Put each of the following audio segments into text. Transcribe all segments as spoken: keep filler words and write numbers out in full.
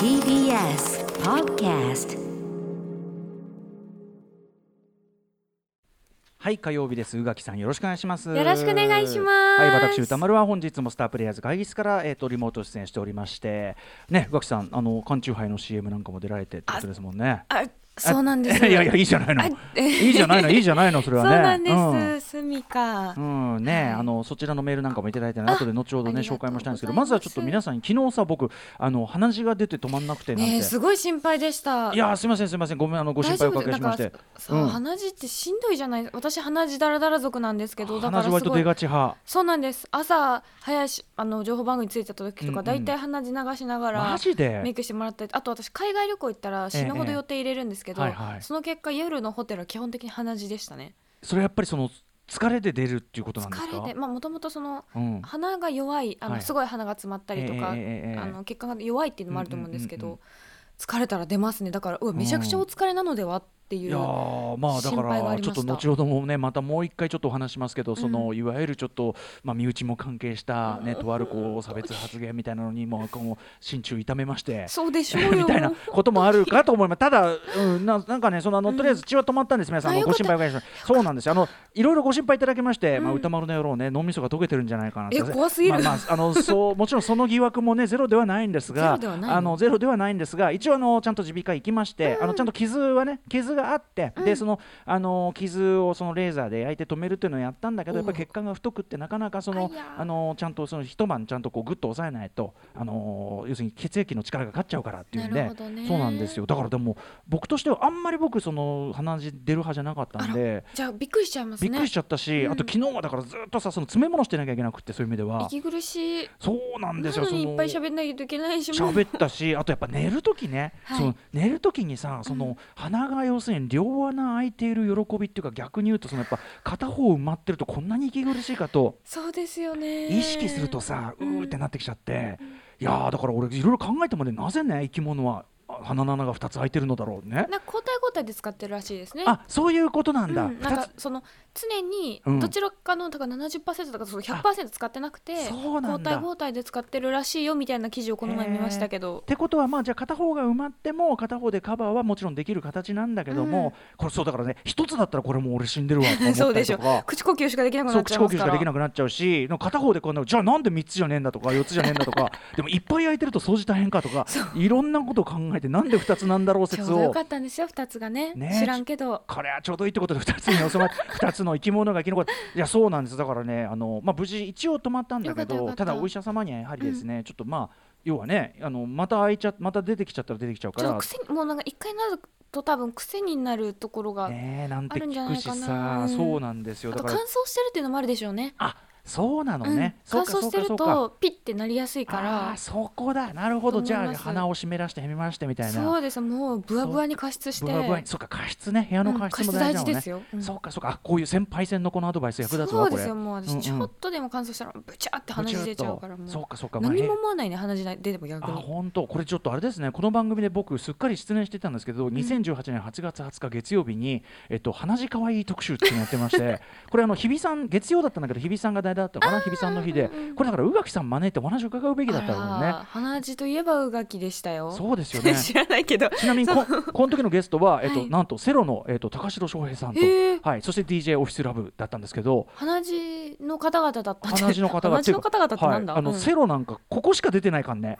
ティービーエス Podcast。 はい、火曜日です。宇垣さんよろしくお願いします。 よろしくお願いします。 はい、私歌丸は本日もスタープレイヤーズ会議室から、えー、とリモート出演しておりましてね、宇垣さんあの缶チューハイの シーエム なんかも出られてってことですもんね。 あ、そうなんです。 いやいやいいじゃないのいいじゃないのいいじゃないのそれはね。 そうなんです。すみか、 うんうんね、はい、あのそちらのメールなんかもいただいて、ね、後で後ほどね紹介もしたいんですけど、まずはちょっと皆さんに昨日さ僕あの鼻血が出て止まんなくてなんて、 ね、すごい心配でした。 いやすいませんすいませんごめんあのご心配おかけしまして。 そう、うん、鼻血ってしんどいじゃない。私鼻血だらだら族なんですけど、だから鼻血割と出がち派。 そうなんです。朝早いしあの情報番組についた時とかだいたい鼻血流しながらマジでメイクしてもらったり、あと私海外旅行行ったら死ぬほど予定入れるんですけど、 ええはいはい、 その結果夜のホテルは基本的に鼻血でしたね。 それはやっぱりその疲れで出るっていうことなんですか。 疲れで、まあもともとその、 うん、 鼻が弱いあの、 はい、 すごい鼻が詰まったりとか、 えーえー、 あの血管が弱いっていうのもあると思うんですけど、 うんうんうんうん、 疲れたら出ますね。だからうわめちゃくちゃお疲れなのではっていう、 いやまあだからちょっと後ほどもねまたもう一回ちょっとお話しますけど、そのいわゆるちょっとまあ身内も関係したねとあるこう差別発言みたいなのにもこう心中痛めまして、 そうでしょうよみたいなこともあるかと思います。ただ、うん、な, なんかねそのあのとりあえず血は止まったんです。皆さんあのご心配おかけします。そうなんですよ。あのいろいろご心配いただきまして、まあ歌丸の野郎ね脳みそが溶けてるんじゃないかなって。 え怖すぎる。 まあまああのそうもちろんその疑惑もねゼロではないんですが、 ゼロではないあのゼロではないんですが、一応あのちゃんと耳鼻科行きまして、うん、あのちゃんと傷はね傷があって、うん、でそのあの傷をそのレーザーで焼いて止めるっていうのをやったんだけど、やっぱり血管が太くってなかなかそのあのちゃんとその一晩ちゃんとこうグッと押さえないと、あの要するに血液の力が勝っちゃうからっていうんで、ね、そうなんですよ。だからでも僕としてはあんまり僕その鼻血出る派じゃなかったんで、 じゃあびっくりしちゃいますね。 びっくりしちゃったし、うん、あと昨日はだからずっとさその詰め物してなきゃいけなくって、そういう意味では息苦しい。 そうなんですよ。 なのにいっぱい喋んないといけないし、 喋ったし、あとやっぱ寝るときね、はい、その寝るときにさその、うん、鼻が要するに両穴開いている喜びっていうか、逆に言うとそのやっぱ片方埋まってるとこんなに息苦しいかとそうですよね意識するとさうーってなってきちゃって、うん、いやーだから俺いろいろ考えてもね、なぜね生き物は鼻の穴がふたつ開いてるのだろうね。 なんか交代交代で使ってるらしいですね。 あ、そういうことなんだ。 うん、なんかその常にどちらかのだから ななじゅっパーセント とかその ひゃくパーセント 使ってなくて、交代交代で使ってるらしいよみたいな記事をこの前見ましたけど、 ってことはまあじゃあ片方が埋まっても片方でカバーはもちろんできる形なんだけども、うん、これそうだからね、一つだったらこれもう俺死んでるわとか思ったりとかそうでしょ、口呼吸しかできなくなっちゃうから、そう口呼吸しかできなくなっちゃうし、片方でこんなじゃあなんでみっつじゃねえんだとかよっつじゃねえんだとかでもいっぱい開いてると掃除大変かとかいろんなことを考えて、なんでふたつなんだろう説を。 ちょうどよかったんですよふたつが ね, ね知らんけどこれはちょうどいいってことでふたつに収まってふたつの生き物が生き残っていやそうなんです。だからねあの、まあ、無事一応止まったんだけど、ただお医者様にはやはりですね、うん、ちょっとまあ要はねあのまた開いちゃまた出てきちゃったら出てきちゃうから、 癖もうなんか一回なると多分癖になるところがあるんじゃないかな。 そうなんですよ。 だから乾燥してるっていうのもあるでしょうね。 あそうなのね、 うん、乾燥してるとピッてなりやすいから。 あそこだ、なるほど。じゃあ鼻を湿らしてへみましてみたいな。 そうです、もうブワブワに加湿して、 ブワブワに、そうか加湿ね、部屋の加湿も大事なのね、うん、加湿大事ですよ、うん、そうかそうか。こういう先輩戦のこのアドバイス役立つわこれ。そうですよ、もう私ちょっとでも乾燥したらブチャって鼻血出ちゃうから、もうそうかそうか、何も思わないね鼻血出ても逆に。 あ本当これちょっとあれですね、この番組で僕すっかり失念してたんですけど、うん、にせんじゅうはちねんはちがつはつか月曜日に、えっと、鼻血かわいい特集っていうのやってましてこれあの日比さん月曜だったんだけど日比さんが代打だったのかな、日比さんの日で、これだから宇垣さん招いてお話を伺うべきだったのね。 鼻血といえば宇垣でしたよ。 そうですよね知らないけど、 ちなみに こ, この時のゲストは、えっとはい、なんとセロの、えっと、高城翔平さんと、はい、そして ディージェー オフィスラブだったんですけど、 鼻血の方々だったんで。 鼻血の方々 鼻血の方々ってなんだ、 はい、あの、うん、セロなんかここしか出てないかんね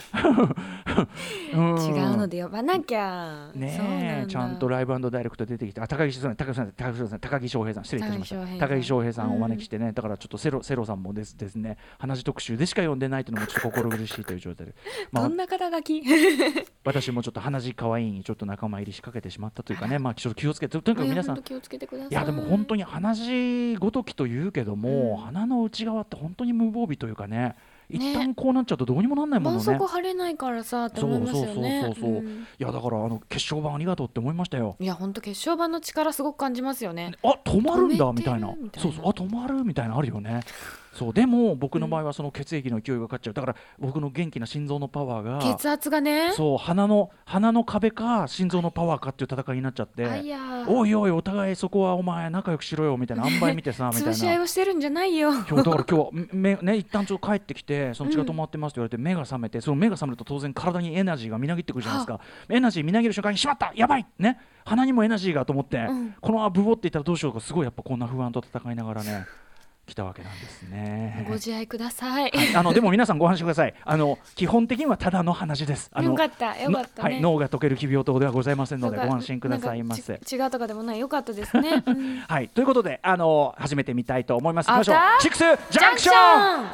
うん違うので呼ばなきゃねえ、ちゃんとライブ&ダイレクト出てきて、あ高木さん高木さん高木さん高木翔平さん失礼いたしました。高木翔平さんをお招きしてね、うん、だからちょっとセロセロさんもですですね鼻血特集でしか読んでないというのもちょっと心苦しいという状態で、 まあ、どんな肩書き私もちょっと鼻血かわいいにちょっと仲間入りしかけてしまったというかね、まあちょっと気をつけて、とにかく皆さん気をつけてください。 いやでも本当に鼻血ごときというけども、うん、鼻の内側って本当に無防備というかね、一旦こうなっちゃうとどうにもなんないものね。 絆創膏貼れないからさって思いますよね。 そうそうそうそう、うん、いやだからあの血小板ありがとうって思いましたよ。 いや本当血小板の力すごく感じますよね。 あ止まるんだみたいな、そうそうあ止まるみたいなあるよね。 そうでも僕の場合はその血液の勢いがかかっちゃう。だから僕の元気な心臓のパワーが血圧がね、 そう鼻の鼻の壁か心臓のパワーかっていう戦いになっちゃって、おいおいお互いそこはお前仲良くしろよみたいな、塩梅見てさみたいな潰し合いをしてるんじゃないよ。 今日だから今日目ね一旦ちょっと帰ってきてその血が止まってますって言われて目が覚めて、その目が覚めると当然体にエナジーがみなぎってくるじゃないですか。エナジーみなぎる瞬間にしまったやばいね鼻にもエナジーがと思って、うん、このままブボっていったらどうしようか、すごいやっぱこんな不安と戦いながらね来たわけなんですね。 ご自愛ください。 はい、あのでも皆さんご安心ください。あの基本的にはただの話です。あのよかったよかったね、 はい、脳が溶ける奇病等ではございませんのでご安心くださいませ。 違うとかでもない、よかったですね。うん、 はいということであの始めてみたいと思います。いきましょう。シックスジャンクション。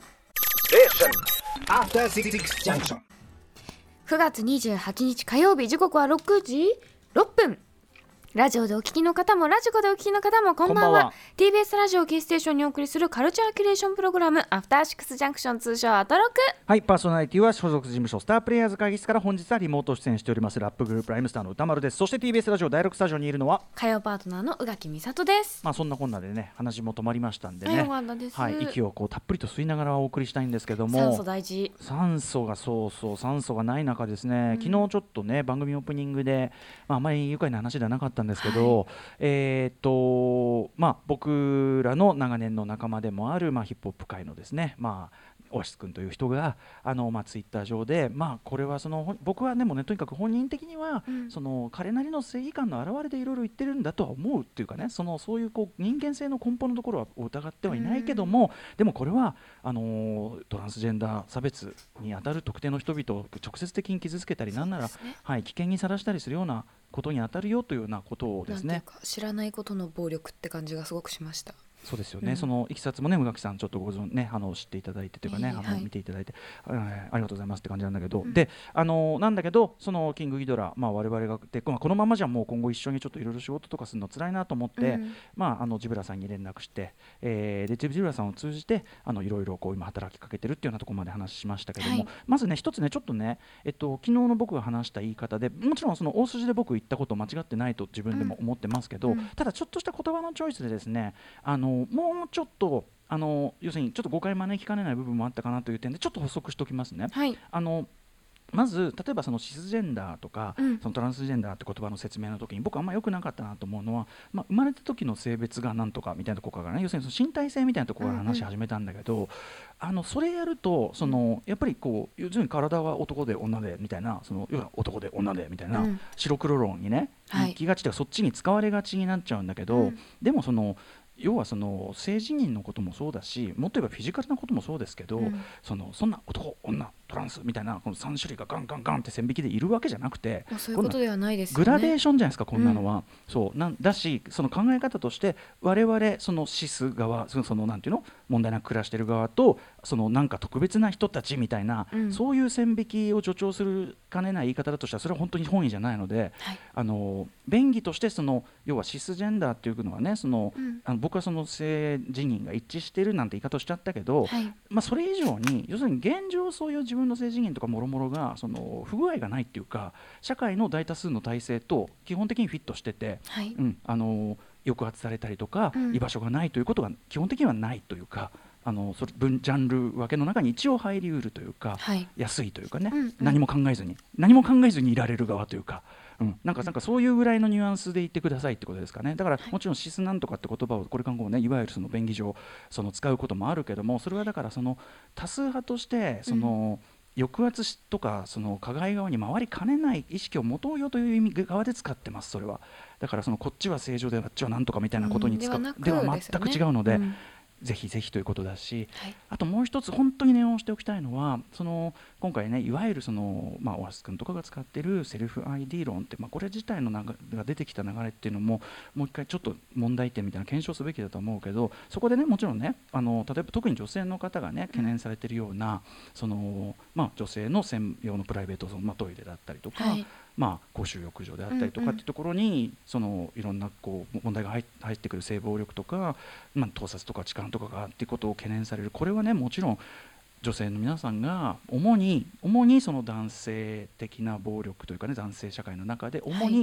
アフターシックスジャンクション。くがつにじゅうはちにち火曜日、時刻はろくじろっぷん。ラジオでお聞きの方もラジコでお聞きの方もこんばんは。こんばんは。 ティービーエス ラジオキーステーションにお送りするカルチャーキュレーションプログラムアフターシックスジャンクション、通称アトロク。 はい、パーソナリティは所属事務所スタープレイヤーズ会議室から本日はリモート出演しておりますラップグループライムスターの歌丸です。そして ティービーエス ラジオだいろくスタジオにいるのは火曜パートナーの宇垣美里です。 まあそんなこんなでね話も止まりましたんでね、 よかったです。 はい、息をこうたっぷりと吸いながらお送りしたいんですけども、 酸素大事。 酸素がそうそう酸素がない中ですね、うん、昨日ちょっとね番組オープニングで、まあ、あまり愉快な話ではなかったんですけど、はい、えー、っとまあ僕らの長年の仲間でもある、まあ、ヒップホップ界のですね、まあオアシス君という人があの、まあ、ツイッター上で、まあ、これはその僕はでもねとにかく本人的には、うん、その彼なりの正義感の表れでいろいろ言ってるんだとは思うっていうかね、そのそういうこう人間性の根本のところは疑ってはいないけども、うん、でもこれはあのトランスジェンダー差別に当たる特定の人々を直接的に傷つけたりなんなら、ね、はい、危険にさらしたりするようなことに当たるよというようなことをですね、 なんていうか知らないことの暴力って感じがすごくしました。 そうですよね、うん、そのいきさつもね宇垣さんちょっとご存ねあの知っていただいてというかね、えー、あの、はい、見ていただいて あ, ありがとうございますって感じなんだけど、うん、であのなんだけどそのキングギドラ、まあ、我々がでこのままじゃもう今後一緒にちょっといろいろ仕事とかするの辛いなと思って、うん、まああのジブラさんに連絡して、えー、でジブラさんを通じてあのいろいろこう今働きかけてるっていうようなところまで話しましたけども、はい、まずね一つねちょっとねえっと昨日の僕が話した言い方でもちろんその大筋で僕言ったこと間違ってないと自分でも思ってますけど、うん、ただちょっとした言葉のチョイスでですねあのもうちょっととあの要するにちょっと誤解招きかねない部分もあったかなという点でちょっと補足しておきますね。 はい、 あのまず例えばそのシスジェンダーとか、うん、そのトランスジェンダーって言葉の説明の時に僕はあんま良くなかったなと思うのは、まあ、生まれた時の性別がなんとかみたいなところからね、要するにその身体性みたいなところから話し始めたんだけど、うんうん、あのそれやるとそのやっぱりこう要するに体は男で女でみたいなその要は男で女でみたいな、うん、白黒論にね行きがちでそっちに使われがちになっちゃうんだけど、うん、でもその要はその性自認のこともそうだしもっと言えばフィジカルなこともそうですけど、うん、そのそんな男女トランスみたいなこのさん種類がガンガンガンって線引きでいるわけじゃなくて、 そういうことではないですよね。 グラデーションじゃないですかこんなのは、うん、そうなんだしその考え方として我々そのシス側その、そのなんていうの問題なく暮らしてる側とそのなんか特別な人たちみたいな、うん、そういう線引きを助長するかねない言い方だとしたらそれは本当に本意じゃないので、はい、あの便宜としてその要はシスジェンダーっていうのはねその、うん、あの僕はその性自認が一致してるなんて言い方をしちゃったけど、はい、まあ、それ以上に要するに現状そういう自分の性自認とかもろもろがその不具合がないっていうか社会の大多数の体制と基本的にフィットしてて、はい、うん、あの抑圧されたりとか、うん、居場所がないということが基本的にはないというかあのそれ分ジャンル分けの中に一応入りうるというか、はい、安いというかね、うんうん、何も考えずに何も考えずにいられる側というか、うん、なんかなんかそういうぐらいのニュアンスで言ってくださいってことですかね。だからもちろんシスなんとかって言葉をこれからもねいわゆるその便宜上その使うこともあるけどもそれはだからその多数派としてその、うん、抑圧とかその加害側に回りかねない意識を持とうよという意味側で使ってます。それはだからそのこっちは正常であっちはなんとかみたいなことに使う、うん、では全く違うので、うん、ぜひぜひということだし、はい、あともう一つ本当に念を押しておきたいのはその今回ねいわゆるその、まあ、オアシス君とかが使っているセルフ アイディー 論って、まあ、これ自体の流れが出てきた流れっていうのももう一回ちょっと問題点みたいな検証すべきだと思うけどそこでねもちろんねあの例えば特に女性の方がね懸念されているようなその、まあ、女性の専用のプライベートゾーン、まあ、トイレだったりとか、はい、まあ、公衆浴場であったりとかっていうところに、うんうん、そのいろんなこう問題が入ってくる性暴力とか、まあ、盗撮とか痴漢とかがっていうことを懸念される。これはねもちろん女性の皆さんが主に主にその男性的な暴力というかね男性社会の中で主に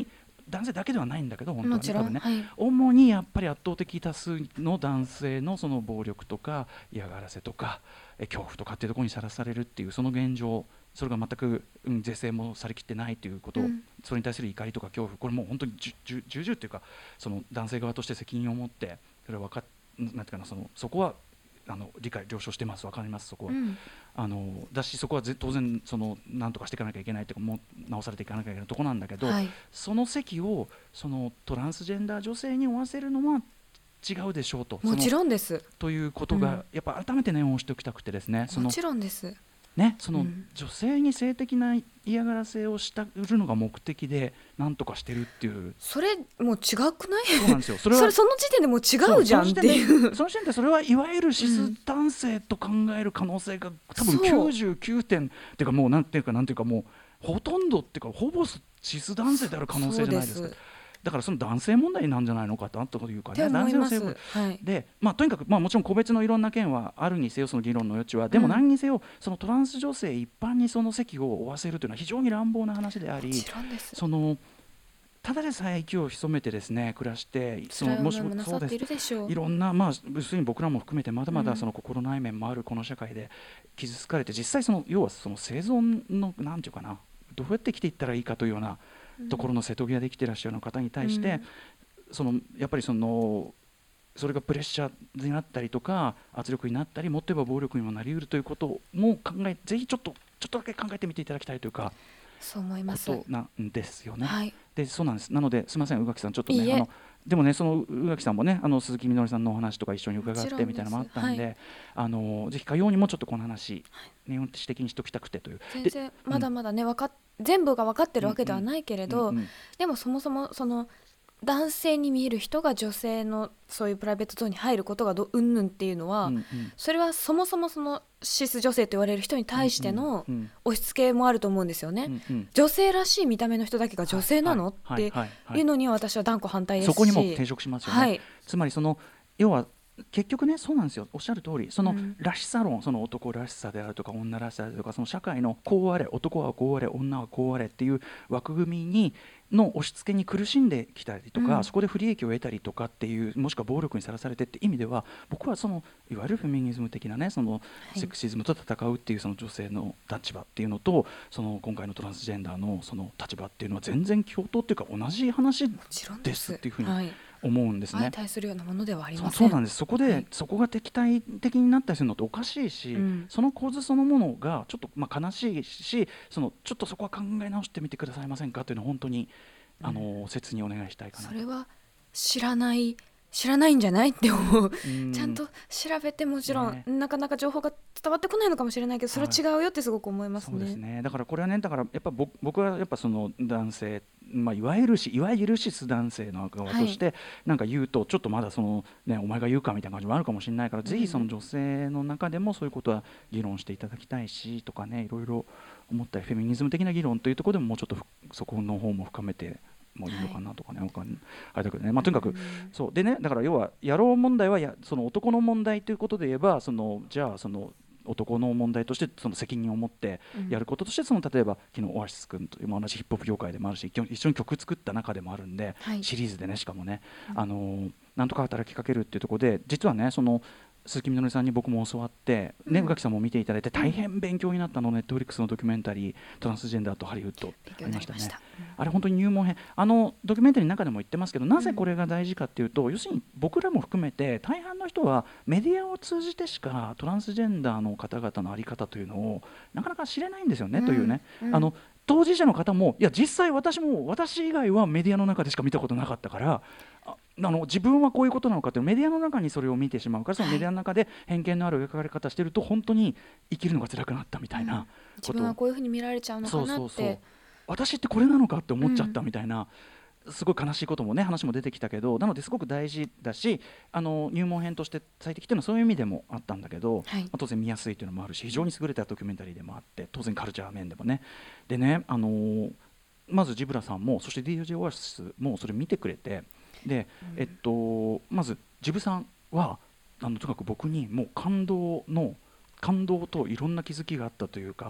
男性だけではないんだけど本当は、ね、 もちろん、 多分ね、 はい、 主にやっぱり圧倒的多数の男性のその暴力とか嫌がらせとかえ恐怖とかっていうところにさらされるっていうその現状、それが全く、うん、是正もされきってないということ、うん、それに対する怒りとか恐怖、これもう本当に重々っていうか、その男性側として責任を持ってそれは分かっなんていうかな、そのそこはあの理解了承してます、分かります、そこは、うん、あのだしそこは当然その何とかしていかなきゃいけないというか、もう直されていかなきゃいけないところなんだけど、はい、その責をそのトランスジェンダー女性に負わせるのは違うでしょうと、 もちろんですということが、うん、やっぱ改めて念を押しておきたくてですね、そのもちろんですね、その、うん、女性に性的な嫌がらせをしたるのが目的で何とかしてるっていう、 それもう違くない？ そうなんですよ。それはそれその時点でもう違うじゃんっていう、 その時点でそれはいわゆるシス男性と考える可能性が多分きゅうじゅうきゅうてんっていうか、もうなんていうかなんていうかもうほとんどっていうかほぼシス男性である可能性じゃないですか。だからその男性問題なんじゃないのかというかね、男性の成分、はい、で、まあ、とにかく、まあ、もちろん個別のいろんな件はあるにせよ、その議論の余地は、でも何にせよ、うん、そのトランス女性一般にその責を負わせるというのは非常に乱暴な話であり、そのただでさえ息を潜めてですね暮らして、そのもしもそうですいろんな、まあ、要するに僕らも含めてまだまだその心内面もあるこの社会で傷つかれて、実際その要はその生存のなんていうかな、どうやって生きていったらいいかというようなところの瀬戸際で生きていらっしゃる方に対して、うん、そのやっぱりそのそれがプレッシャーになったりとか圧力になったり、もっと言えば暴力にもなりうるということも考え、ぜひちょっとちょっとだけ考えてみていただきたいというか、 そう思いますことなんですよね。 はい、 でそうなんです。なのですみません宇垣さん、ちょっとね、あのでもね、その宇垣さんもね、あの鈴木みのりさんのお話とか一緒に伺ってみたいなのもあったんで、はい、あのぜひかようにもちょっとこの話、はい、ね、指摘にしておきたくてという。 全然まだまだね、うん、分かっ全部が分かってるわけではないけれど、うんうん、でもそもそもその男性に見える人が女性のそういうプライベートゾーンに入ることがどうんぬんっていうのは、うんうん、それはそもそもそのシス女性と言われる人に対しての押し付けもあると思うんですよね、うんうん、女性らしい見た目の人だけが女性なの、はい、っていうのには私は断固反対ですし、 そこにも抵触しますよね、はい、つまりその要は結局ね、そうなんですよ、おっしゃる通り、そのらしさ論、その男らしさであるとか女らしさであるとか、その社会のこうあれ、男はこうあれ、女はこうあれっていう枠組みにの押し付けに苦しんできたりとか、うん、そこで不利益を得たりとかっていう、もしくは暴力にさらされてって意味では、僕はそのいわゆるフェミニズム的なね、そのセクシズムと戦うっていうその女性の立場っていうのと、その今回のトランスジェンダーのその立場っていうのは全然共闘っていうか同じ話ですっていうふうに、はい、思うんですね。 相対するようなものではありません。 そう、そうなんです。そこで、はい、そこが敵対的になったりするのっておかしいし、うん、その構図そのものがちょっとまあ悲しいし、そのちょっとそこは考え直してみてくださいませんかというのは本当に、うん、あの切にお願いしたいかなと。 それは知らない知らないんじゃないって思う、うん、ちゃんと調べて、もちろん、ね、なかなか情報が伝わってこないのかもしれないけど、それは違うよってすごく思いますね。 そうですね。だからこれはね、だからやっぱ僕、僕はやっぱその男性、まあ、いわゆるしいわゆるシス男性の側として、はい、なんか言うとちょっとまだその、ね、お前が言うかみたいな感じもあるかもしれないから、うん、ぜひその女性の中でもそういうことは議論していただきたいしとかね、いろいろ思ったり、フェミニズム的な議論というところでももうちょっとそこの方も深めてもういいのかなとかね、はい、あれだけどね、まあ、とにかく、うん、そうでね、だから要は野郎問題はやその男の問題ということで言えば、そのじゃあその男の問題としてその責任を持ってやることとして、その例えば昨日オアシス君という同じヒップホップ業界でもあるし、一緒に曲作った中でもあるんで、はい、シリーズでね、しかもね、うん、あのなんとか働きかけるっていうところで、実はね、その鈴木みのりさんに僕も教わって、ね、宇垣さんも見ていただいて大変勉強になったの、ネットフリックスのドキュメンタリートランスジェンダーとハリウッドありましたね。あれ本当に入門編、あのドキュメンタリーの中でも言ってますけど、なぜこれが大事かっていうと、要するに僕らも含めて大半の人はメディアを通じてしかトランスジェンダーの方々の在り方というのをなかなか知れないんですよね、うん、というね、うん、あの当事者の方も、いや実際私も私以外はメディアの中でしか見たことなかったから、ああの自分はこういうことなのかってメディアの中にそれを見てしまうから、そのメディアの中で偏見のある描かれ方してると本当に生きるのが辛くなったみたいな、うん、 自分はこういうふうに見られちゃうのかなって、そうそうそう、 私ってこれなのかって思っちゃったみたいな、うん、すごい悲しいこともね話も出てきたけど、なのですごく大事だし、あの入門編として最適っていうのはそういう意味でもあったんだけど、はい、まあ、当然見やすいというのもあるし、非常に優れたドキュメンタリーでもあって、当然カルチャー面でもね、でね、あのー、まずジブラさんもそして ディージェー オアシスもそれ見てくれて、で、うん、えっとまずジブさんはあのとにかく僕にもう感動の感動といろんな気づきがあったというか、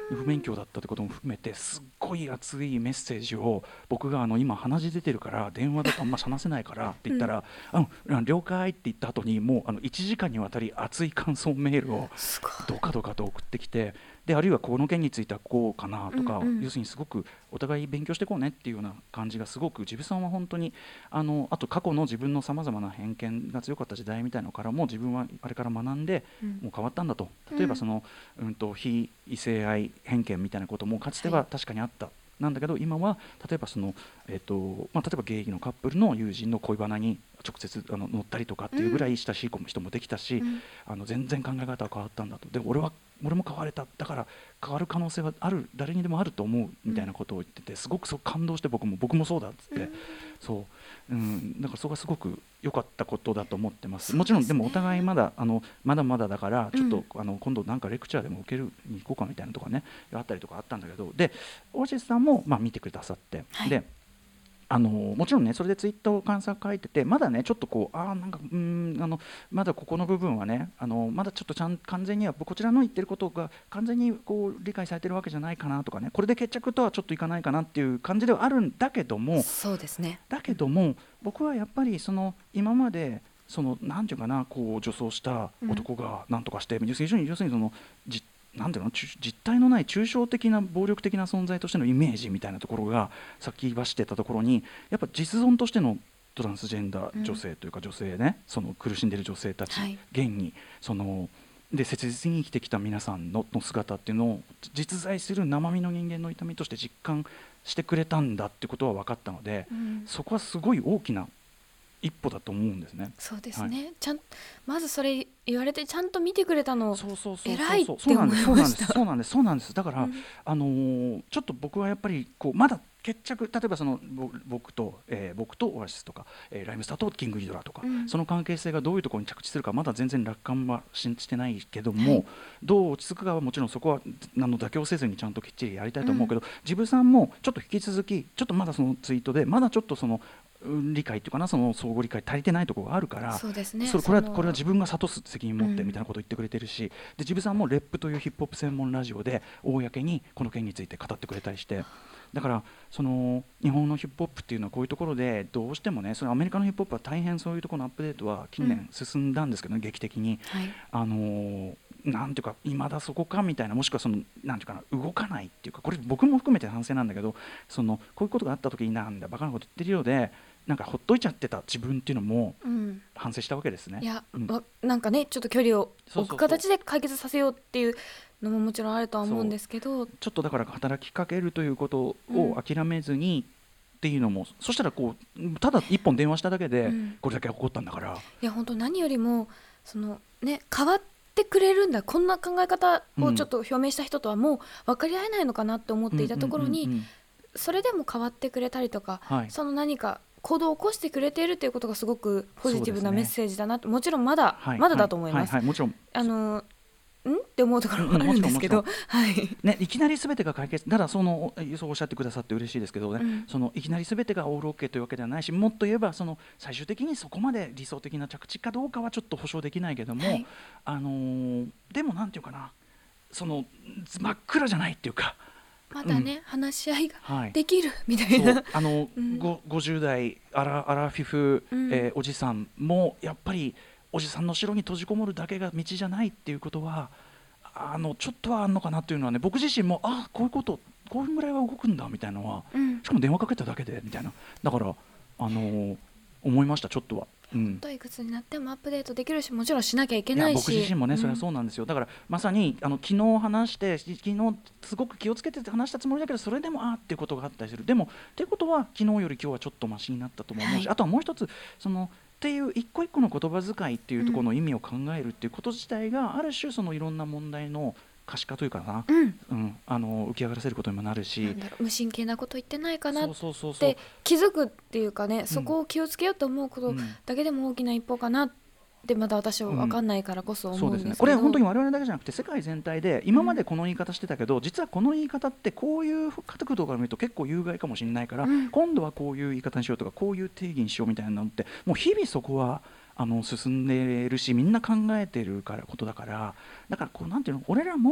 不勉強だったってことも含めてすっごい熱いメッセージを僕があの今鼻血出てるから電話だとあんま話せないからって言ったら、うん、あ了解って言った後にもうあのいちじかんにわたり熱い感想メールをドカドカと送ってきて、であるいはこの件についてはこうかなとか、うんうん、要するにすごくお互い勉強していこうねっていうような感じがすごく、ジブさんは本当にあのあと過去の自分のさまざまな偏見が強かった時代みたいなのからも自分はあれから学んで、うん、もう変わったんだと。例えばその、うんうん、と非異性愛偏見みたいなこともかつては確かにあった、はい、なんだけど今は例えばその、えーとまあ、例えばゲイのカップルの友人の恋バナに直接あの乗ったりとかっていうぐらい親しい人もできたし、うん、あの全然考え方は変わったんだと。で俺は俺も変われた、だから変わる可能性はある、誰にでもあると思うみたいなことを言ってて、すごくそう感動して、僕も僕もそうだっつって、うん、そう、うん、だからそこがすごく良かったことだと思ってます。もちろんでもお互いまだあのまだまだだからちょっと、うん、あの今度なんかレクチャーでも受けるに行こうかみたいなとかねあったりとかあったんだけど、でオアシスさんもまあ見てくださって、はい、であのもちろんねそれでツイッターを感想書いてて、まだねちょっとこうあなんかうーんあのまだここの部分はねあのまだちょっとちゃん完全にはこちらの言ってることが完全にこう理解されてるわけじゃないかなとかね、これで決着とはちょっといかないかなっていう感じではあるんだけども、 そうですね、 だけども僕はやっぱりその今までそのなんていうかなこう女装した男がなんとかして、うん、要するに要するにそのじなんていうの実体のない抽象的な暴力的な存在としてのイメージみたいなところがさっき言わしてたところにやっぱ実存としてのトランスジェンダー女性というか女性ね、うん、その苦しんでいる女性たち、はい、現にそので切実に生きてきた皆さん の, の姿っていうのを実在する生身の人間の痛みとして実感してくれたんだってことは分かったので、うん、そこはすごい大きな一歩だと思うんですね。 そうですね、はい、ちゃんまずそれ言われてちゃんと見てくれたの偉いって思いました。 そうなんですそうなんですだから、うん、あのー、ちょっと僕はやっぱりこうまだ決着、例えばその僕と、えー、僕とオアシスとか、えー、ライムスターとキングギドラとか、うん、その関係性がどういうところに着地するかまだ全然楽観はししてないけども、はい、どう落ち着くかはもちろんそこはあの妥協せずにちゃんときっちりやりたいと思うけど、うん、ジブさんもちょっと引き続きちょっとまだそのツイートでまだちょっとその理解っていうかな、その相互理解足りてないところがあるから、 そうですね、 それこれはこれは自分が諭す責任持ってみたいなことを言ってくれてるし、うん、でジブさんもレップというヒップホップ専門ラジオで公にこの件について語ってくれたりして、だからその日本のヒップホップっていうのはこういうところでどうしてもね、そのアメリカのヒップホップは大変そういうところのアップデートは近年進んだんですけどね、うん、劇的に、はい、あのーなんていうか未だそこかみたいな、もしくはそのなんていうかな動かないっていうか、これ僕も含めて反省なんだけど、そのこういうことがあった時になんだバカなこと言ってるようでなんかほっといちゃってた自分っていうのも反省したわけですね、 うん、いや、うん、なんかねちょっと距離を置く形で解決させようっていうのももちろんあるとは思うんですけど、 ちょっとだから働きかけるということを諦めずに、うんっていうのも、そしたらこうただ一本電話しただけでこれだけ起こったんだから、うん、いや本当何よりもその、ね、変わってくれるんだ、こんな考え方をちょっと表明した人とはもう分かり合えないのかなって思っていたところに、うんうんうんうん、それでも変わってくれたりとか、はい、その何か行動を起こしてくれているということがすごくポジティブなメッセージだなと、もちろんまだ、はい、まだだと思います、はいはいはい、もちろんあのんって思うところもあるんですけど、はいね、いきなり全てが解決、ただそのそうおっしゃってくださって嬉しいですけどね、うん、そのいきなり全てがオールオッケーというわけではないし、もっと言えばその最終的にそこまで理想的な着地かどうかはちょっと保証できないけども、はい、あのー、でもなんていうかな、その真っ暗じゃないっていうか、 まだね、うん、話し合いができるみたいな、はい、 あの、うん、ごじゅう代アラ、アラフィフ、うんえー、おじさんもやっぱりおじさんの城に閉じこもるだけが道じゃないっていうことはあのちょっとはあんのかなっていうのはね、僕自身もあこういうことこういうぐらいは動くんだみたいなのは、うん、しかも電話かけただけでみたいな、だからあのー、思いましたちょっとは。うん、 いくつになってもアップデートできるし、もちろんしなきゃいけないし、いや僕自身もね、うん、それはそうなんですよ。だからまさにあの昨日話して昨日すごく気をつけて話したつもりだけど、それでもあーっていうことがあったりする。でもっていうことは昨日より今日はちょっとマシになったとも思うし、はい、あとはもう一つそのっていう一個一個の言葉遣いっていうところの意味を考えるっていうこと自体がある種そのいろんな問題の可視化というかな、うんうん、あの浮き上がらせることにもなるし、 なんだろう、無神経なこと言ってないかなって気づくっていうかね、そこを気をつけようと思うことだけでも大きな一歩かなってまだ私は分かんないからこそ思うんですけど、うん、そうですね、 これは本当に我々だけじゃなくて世界全体で今までこの言い方してたけど、うん、実はこの言い方ってこういう角度から見ると結構有害かもしれないから、うん、今度はこういう言い方にしようとかこういう定義にしようみたいなのってもう日々そこはあの進んでいるし、みんな考えてるからことだから、だからこうなんていうの、俺らも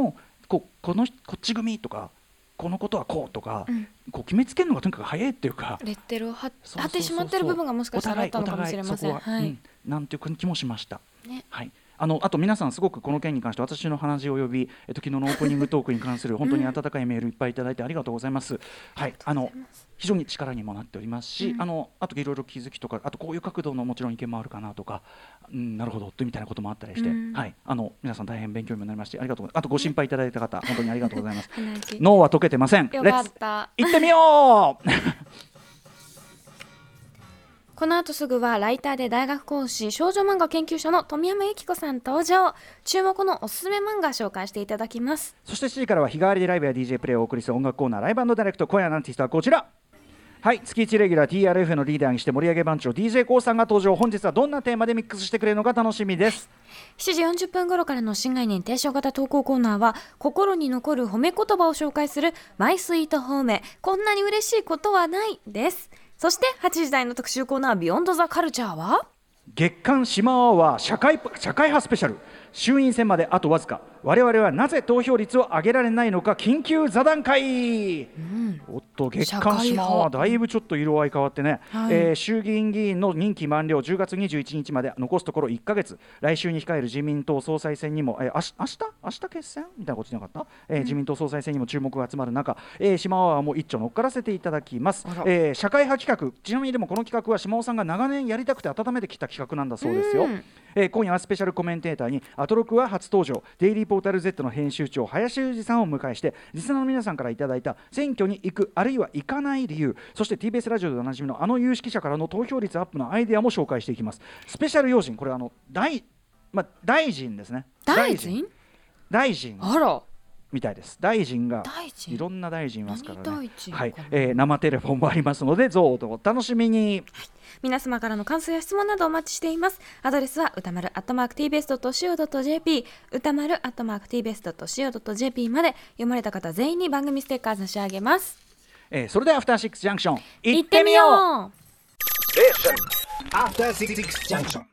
こうこのこっち組とかこのことはこうとか、うん、こう決めつけるのがとにかく早いっていうか、 レッテルを貼ってしまってる部分がもしかしたらあったのかもしれません。はい、うん、 なんていう気もしました。 ね、 はい。あのあと皆さんすごくこの件に関して私の話を呼び、えっと、昨日のオープニングトークに関する本当に温かいメールいっぱいいただいてありがとうございます。はい、あの非常に力にもなっておりますし、うん、あのあといろいろ気づきとか、あとこういう角度のもちろん意見もあるかなとか、うん、なるほどみたいなこともあったりして、うん、はい、あの皆さん大変勉強にもなりましてありがとう。あとご心配いただいた方本当にありがとうございます脳は解けてません。 よかった。 行ってみようこの後すぐはライターで大学講師、少女漫画研究者の富山由紀子さん登場。注目のおすすめ漫画紹介していただきます。 そしてしちじからは日替わりでライブや ディージェー プレイをお送りする音楽コーナー、ライブ&ダイレクト。今夜のアーティストはこちら。はい、月いちレギュラー ティーアールエフ のリーダーにして盛り上げ番長 ディージェー コウさんが登場。本日はどんなテーマでミックスしてくれるのか楽しみです。 しちじよんじゅっぷん頃からの新概念提唱型投稿コーナーは、心に残る褒め言葉を紹介するマイスイート褒め、こんなに嬉しいことはないです。そしてはちじ台の特集コーナービヨンドザカルチャーは、 月刊シマアワー社会社会派スペシャル。衆院選まであとわずか、我々はなぜ投票率を上げられないのか緊急座談会、うん、おっと月刊シマアワーだいぶちょっと色合い変わってね、はい、えー、衆議院議員の任期満了じゅうがつにじゅういちにちまで残すところいっかげつ、来週に控える自民党総裁選にも、えー、あし明日明日決戦みたいなことじゃなかった、えーうん、自民党総裁選にも注目が集まる中、えー、シマアワーも一丁乗っからせていただきます。えー、社会派企画、ちなみにでもこの企画は島尾さんが長年やりたくて温めてきた企画なんだそうですよ。うん、えー、今夜はスペシャルコメンテーターにアトロクは初登場、デイリーポータル Z の編集長林裕二さんをお迎えして、リスナーの皆さんからいただいた選挙に行くあるいは行かない理由、そして ティービーエス ラジオでおなじみのあの有識者からの投票率アップのアイデアも紹介していきます。スペシャル要人、これはあの 大,、まあ、大臣ですね。 大臣大臣あらみたいです。大臣が大臣いろんな大臣いますからね。 はい、 えー、生テレフォンもありますのでどうぞお楽しみに。はい、 皆様からの感想や質問などお待ちしています。アドレスは歌丸アットマーク ティービーエスドットシーオードットジェーピー、 歌丸アットマーク ティービーエスドットシーオードットジェーピー まで。読まれた方全員に番組ステッカー差し上げます。 えー、それではアフターシックスジャンクション行ってみよう。 アフターシックスジャンクション。